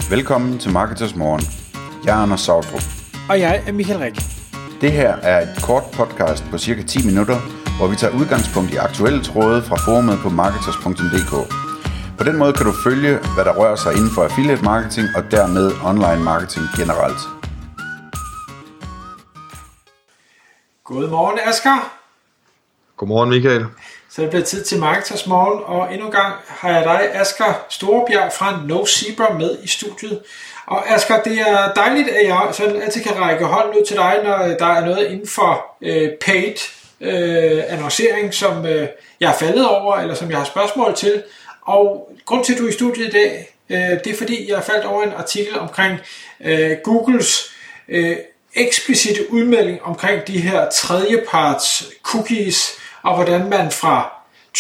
Velkommen til Marketers Morgen. Jeg er Anders Sautrup. Og jeg er Michael Rik. Det her er et kort podcast på cirka 10 minutter, hvor vi tager udgangspunkt i aktuelle tråde fra forumet på marketers.dk. På den måde kan du følge, hvad der rører sig inden for affiliate marketing og dermed online marketing generelt. Godmorgen, Asger. Godmorgen, Michael. Så det bliver tid til Marketers Morgen, og endnu en gang har jeg dig, Asger Storebjerg fra No Zebra, med i studiet. Og Asger, det er dejligt, at jeg sådan altid kan række hånden ud til dig, når der er noget inden for paid annoncering, som jeg er faldet over, eller som jeg har spørgsmål til. Og grund til, at du er i studiet i dag, det er fordi, jeg faldt over en artikel omkring Googles eksplicite udmelding omkring de her tredjeparts cookies, og hvordan man fra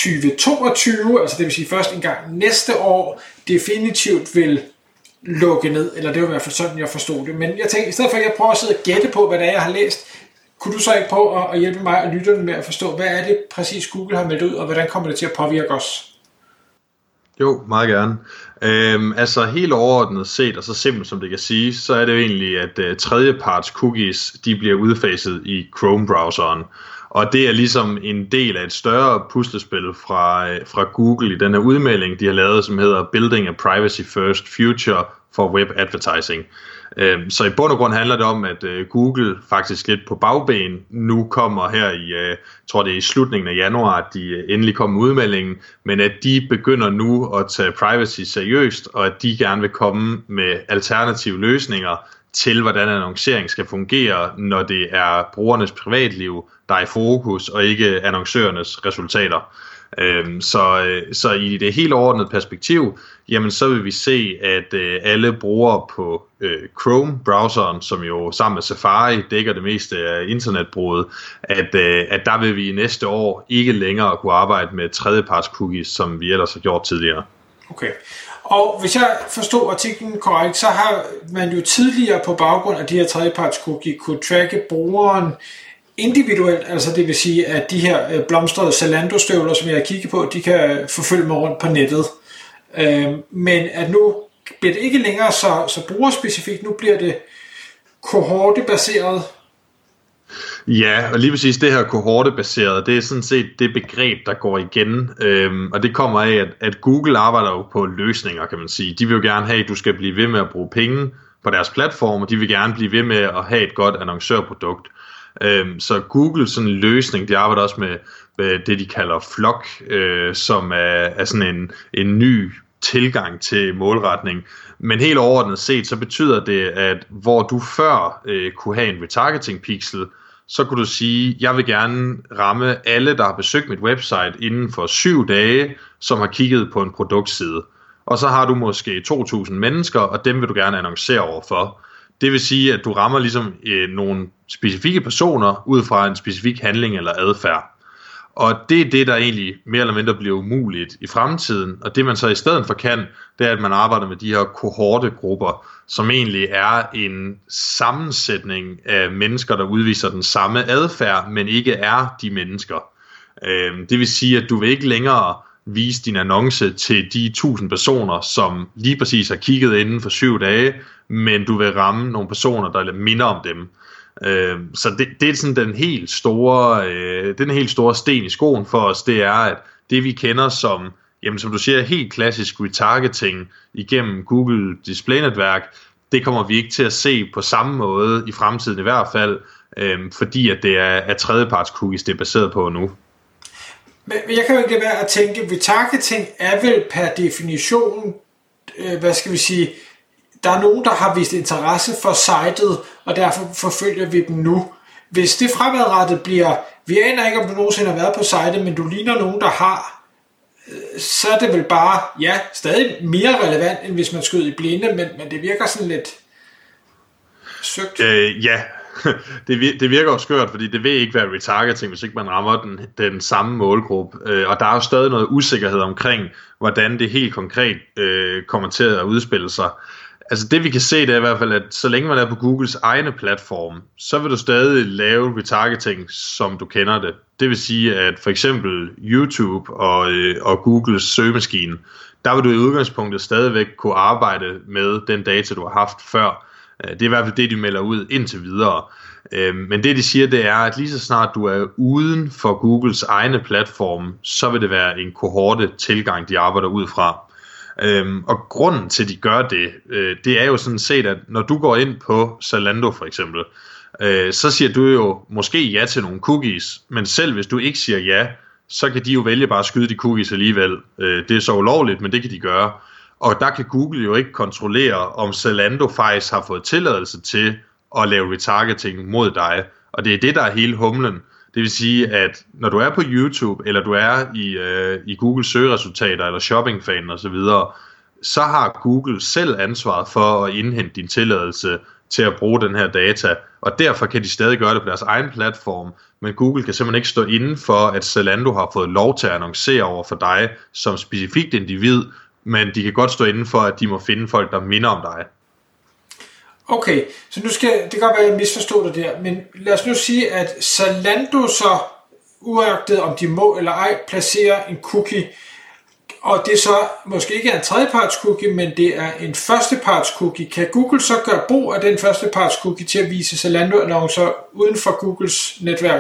2022, altså det vil sige først en gang næste år, definitivt vil lukke ned, eller det var i hvert fald sådan, jeg forstod det. Men jeg tænkte, i stedet for at jeg prøver at sidde og gætte på, hvad det er, jeg har læst, kunne du så ikke prøve at hjælpe mig og lytterne med at forstå, hvad er det præcis Google har meldt ud, og hvordan kommer det til at påvirke os? Jo, meget gerne. Altså helt overordnet set, og så simpelt som det kan sige, så er det jo egentlig, at tredjeparts cookies, de bliver udfaset i Chrome-browseren. Og det er ligesom en del af et større puslespil fra Google i den her udmelding, de har lavet, som hedder Building a Privacy First Future for Web Advertising. Så i bund og grund handler det om, at Google faktisk lidt på bagben nu kommer her i, jeg tror det er i slutningen af januar, at de endelig kommer med udmeldingen, men at de begynder nu at tage privacy seriøst, og at de gerne vil komme med alternative løsninger til, hvordan annoncering skal fungere, når det er brugernes privatliv, der er i fokus, og ikke annoncørernes resultater. Så i det helt overordnede perspektiv, jamen så vil vi se, at alle brugere på Chrome-browseren, som jo sammen med Safari dækker det meste af internetbruget, at der vil vi i næste år ikke længere kunne arbejde med tredjeparts cookies, som vi ellers har gjort tidligere. Okay. Og hvis jeg forstod artiklen korrekt, så har man jo tidligere på baggrund af de her tredjeparts cookies kunne tracke brugeren individuelt, altså det vil sige, at de her blomstrede Zalando-støvler, som jeg har kigget på, de kan forfølge mig rundt på nettet. Men at nu bliver det ikke længere så brugerspecifikt, nu bliver det kohortebaseret. Ja, og lige præcis det her kohortebaseret, det er sådan set det begreb, der går igen, og det kommer af, at Google arbejder jo på løsninger, kan man sige. De vil jo gerne have, at du skal blive ved med at bruge penge på deres platform, og de vil gerne blive ved med at have et godt annoncørprodukt. Så Google sådan en løsning, de arbejder også med det, de kalder Flock, som er sådan en ny tilgang til målretning. Men helt overordnet set, så betyder det, at hvor du før kunne have en retargeting pixel, så kunne du sige, jeg vil gerne ramme alle, der har besøgt mit website inden for 7 dage, som har kigget på en produktside. Og så har du måske 2.000 mennesker, og dem vil du gerne annoncere overfor. Det vil sige, at du rammer ligesom nogle specifikke personer ud fra en specifik handling eller adfærd. Og det er det, der egentlig mere eller mindre bliver umuligt i fremtiden. Og det man så i stedet for kan, det er, at man arbejder med de her kohortegrupper, som egentlig er en sammensætning af mennesker, der udviser den samme adfærd, men ikke er de mennesker. Det vil sige, at du vil ikke længere vise din annonce til de 1000 personer, som lige præcis har kigget inden for 7 dage, men du vil ramme nogle personer, der minder om dem. Så det er sådan den helt store sten i skoen for os, det er, at det vi kender som, jamen som du siger, helt klassisk retargeting igennem Google Display-netværk, det kommer vi ikke til at se på samme måde i fremtiden i hvert fald, fordi at det er tredjeparts cookies, det er baseret på nu. Men jeg kan jo ikke lade være at tænke, retargeting er vel per definition, hvad skal vi sige, der er nogen, der har vist interesse for sitet, og derfor forfølger vi dem nu. Hvis det fremadrettet bliver, vi aner ikke, om du nogensinde har været på sitet, men du ligner nogen, der har, så er det vel bare, ja, stadig mere relevant, end hvis man skød i blinde, men det virker sådan lidt søgt. Ja, det virker jo skørt, fordi det vil ikke være retargeting, hvis ikke man rammer den samme målgruppe. Og der er jo stadig noget usikkerhed omkring, hvordan det helt konkret kommer til at udspille sig. Altså det vi kan se, det er i hvert fald, at så længe man er på Googles egne platform, så vil du stadig lave retargeting, som du kender det. Det vil sige, at for eksempel YouTube og Googles søgemaskine, der vil du i udgangspunktet stadigvæk kunne arbejde med den data, du har haft før. Det er i hvert fald det, de melder ud indtil videre. Men det, de siger, det er, at lige så snart du er uden for Googles egne platform, så vil det være en kohorte tilgang, de arbejder ud fra. Og grunden til, at de gør det, det er jo sådan set, at når du går ind på Zalando for eksempel, så siger du jo måske ja til nogle cookies, men selv hvis du ikke siger ja, så kan de jo vælge bare at skyde de cookies alligevel. Det er så ulovligt, men det kan de gøre. Og der kan Google jo ikke kontrollere, om Zalando faktisk har fået tilladelse til at lave retargeting mod dig. Og det er det, der er hele humlen. Det vil sige, at når du er på YouTube, eller du er i Googles søgeresultater, eller shoppingfanen osv., så har Google selv ansvaret for at indhente din tilladelse til at bruge den her data, og derfor kan de stadig gøre det på deres egen platform, men Google kan simpelthen ikke stå inden for, at Zalando har fået lov til at annoncere over for dig som specifikt individ, men de kan godt stå inden for, at de må finde folk, der minder om dig. Okay, så nu skal det kan godt være, at jeg misforstod det der, men lad os nu sige, at Zalando så, uagtet om de må eller ej, placerer en cookie, og det så måske ikke er en tredjeparts cookie, men det er en førsteparts cookie. Kan Google så gøre brug af den førsteparts cookie til at vise Zalando-annoncer uden for Googles netværk?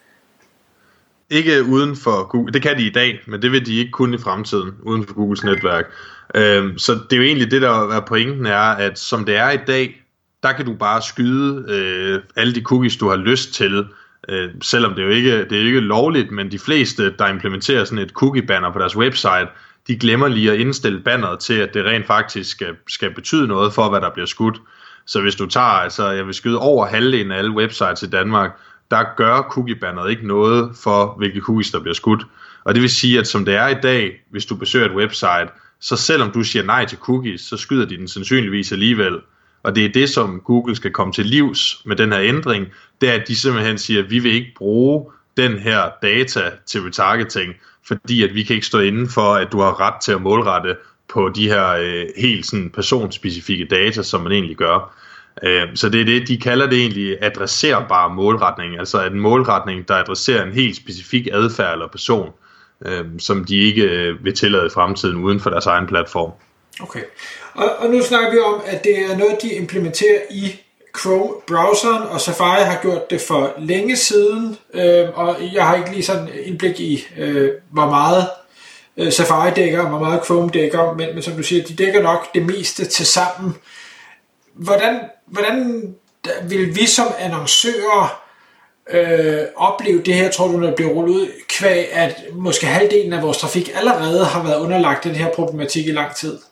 Ikke uden for Google. Det kan de i dag, men det vil de ikke kunne i fremtiden uden for Googles netværk. Så det er jo egentlig det, der er pointen er, at som det er i dag, der kan du bare skyde alle de cookies, du har lyst til, selvom det er ikke lovligt, men de fleste, der implementerer sådan et cookie-banner på deres website, de glemmer lige at indstille banneret til, at det rent faktisk skal betyde noget for, hvad der bliver skudt. Så hvis du tager, jeg vil skyde over halvdelen af alle websites i Danmark, der gør cookie-banneret ikke noget for, hvilke cookies, der bliver skudt. Og det vil sige, at som det er i dag, hvis du besøger et website, så selvom du siger nej til cookies, så skyder de den sandsynligvis alligevel. Og det er det, som Google skal komme til livs med den her ændring, det er, at de simpelthen siger, at vi vil ikke bruge den her data til retargeting, fordi at vi kan ikke stå inden for, at du har ret til at målrette på de her helt sådan personspecifikke data, som man egentlig gør. Så det er det, de kalder det egentlig adresserbar målretning, altså en målretning, der adresserer en helt specifik adfærd eller person, som de ikke vil tillade i fremtiden uden for deres egen platform. Okay, og nu snakker vi om, at det er noget, de implementerer i Chrome-browseren, og Safari har gjort det for længe siden, og jeg har ikke lige sådan indblik i, hvor meget Safari dækker, og hvor meget Chrome dækker, men som du siger, de dækker nok det meste til sammen. Hvordan vil vi som annoncører opleve det her, tror du, når det bliver rullet ud, kvæg at måske halvdelen af vores trafik allerede har været underlagt den her problematik i lang tid?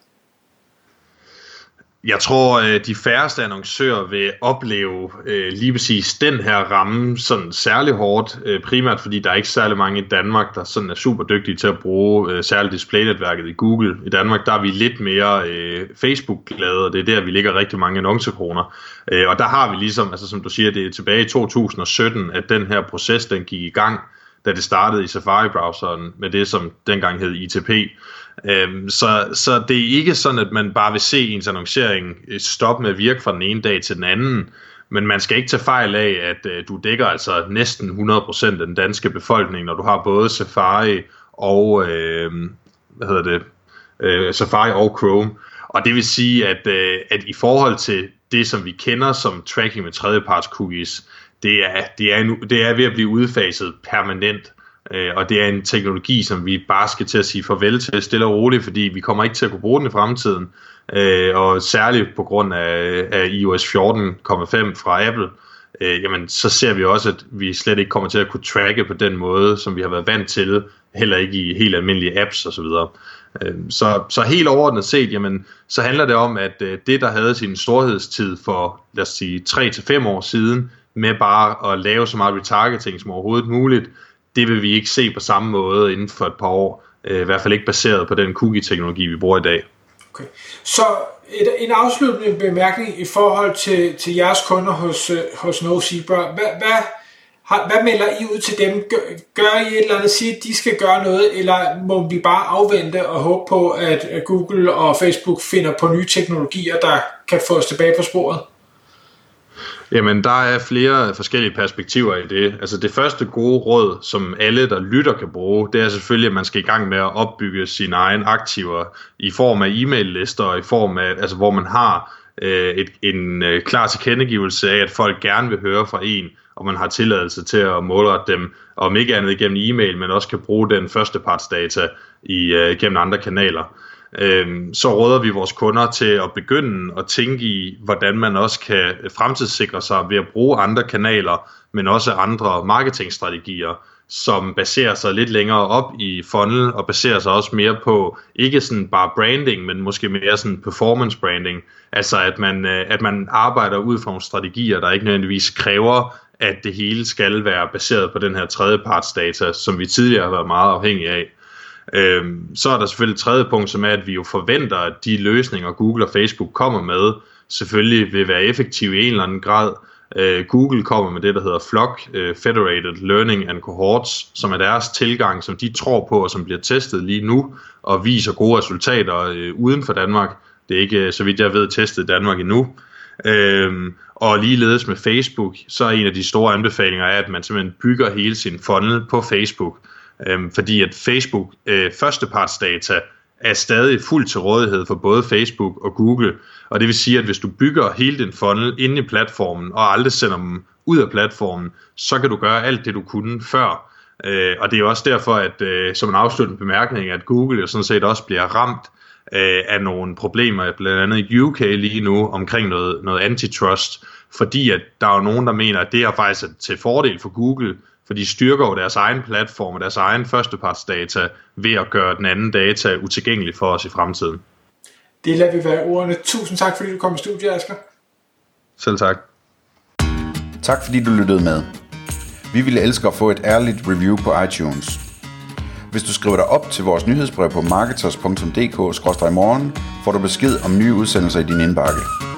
Jeg tror, de færreste annoncører vil opleve lige præcis den her ramme sådan særlig hårdt, primært fordi der er ikke særlig mange i Danmark, der sådan er super dygtige til at bruge særligt displaynetværket i Google. I Danmark der er vi lidt mere Facebook-glade, og det er der, vi ligger rigtig mange annoncekroner. Og der har vi ligesom, altså som du siger, det er tilbage i 2017, at den her proces, den gik i gang, da det startede i Safari-browseren med det, som dengang hed ITP. Så det er ikke sådan, at man bare vil se ens annoncering stoppe med at virke fra den ene dag til den anden, men man skal ikke tage fejl af, at du dækker altså næsten 100% af den danske befolkning, når du har både Safari og Safari og Chrome. Og det vil sige, at i forhold til det, som vi kender som tracking med tredjeparts cookies, det er ved at blive udfaset permanent. Og det er en teknologi, som vi bare skal til at sige farvel til stille og roligt, fordi vi kommer ikke til at kunne bruge den i fremtiden. Og særligt på grund af iOS 14.5 fra Apple, jamen så ser vi også, at vi slet ikke kommer til at kunne tracke på den måde, som vi har været vant til, heller ikke i helt almindelige apps osv. Så helt overordnet set, jamen, så handler det om, at det, der havde sin storhedstid for, lad os sige, 3-5 år siden, med bare at lave så meget retargeting som overhovedet muligt, det vil vi ikke se på samme måde inden for et par år, i hvert fald ikke baseret på den cookie-teknologi, vi bruger i dag. Okay. Så en afsluttende bemærkning i forhold til jeres kunder hos NoZebra. Hvad melder I ud til dem? Gør I et eller andet, siger, at de skal gøre noget, eller må vi bare afvente og håbe på, at Google og Facebook finder på nye teknologier, der kan få os tilbage på sporet? Jamen, der er flere forskellige perspektiver i det. Altså det første gode råd, som alle, der lytter, kan bruge, det er selvfølgelig, at man skal i gang med at opbygge sine egne aktiver i form af e-mail-lister, og i form af, altså hvor man har en klar tilkendegivelse af, at folk gerne vil høre fra en, og man har tilladelse til at målrette dem, om ikke andet igennem e-mail, men også kan bruge den førstepartsdata gennem andre kanaler. Så råder vi vores kunder til at begynde at tænke i, hvordan man også kan fremtidssikre sig ved at bruge andre kanaler, men også andre marketingstrategier, som baserer sig lidt længere op i funnel, og baserer sig også mere på, ikke sådan bare branding, men måske mere sådan performance branding, altså at man arbejder ud fra nogle strategier, der ikke nødvendigvis kræver, at det hele skal være baseret på den her tredjepartsdata, som vi tidligere har været meget afhængige af. Så er der selvfølgelig et tredje punkt, som er, at vi jo forventer, at de løsninger, Google og Facebook kommer med, selvfølgelig vil være effektive i en eller anden grad. Google kommer med det, der hedder FLoC, Federated Learning and Cohorts, som er deres tilgang, som de tror på, og som bliver testet lige nu, og viser gode resultater uden for Danmark. Det er ikke, så vidt jeg ved, testet i Danmark endnu. Og ligeledes med Facebook, så er en af de store anbefalinger, at man simpelthen bygger hele sin funnel på Facebook. Fordi at Facebook førstepartsdata er stadig fuldt til rådighed for både Facebook og Google, og det vil sige, at hvis du bygger hele din funnel inde i platformen og aldrig sender dem ud af platformen, så kan du gøre alt det, du kunne før. Og det er jo også derfor, at som en afsluttende bemærkning, at Google jo sådan set også bliver ramt af nogle problemer, blandt andet i UK lige nu, omkring noget antitrust, fordi at der er jo nogen, der mener, at det er faktisk til fordel for Google, for de styrker jo deres egen platform og deres egen førstepartsdata ved at gøre den anden data utilgængelig for os i fremtiden. Det lader vi være ordene. Tusind tak, fordi du kom i studiet, Asger. Selv tak. Tak fordi du lyttede med. Vi ville elske at få et ærligt review på iTunes. Hvis du skriver dig op til vores nyhedsbrev på marketers.dk/morgen, får du besked om nye udsendelser i din indbakke.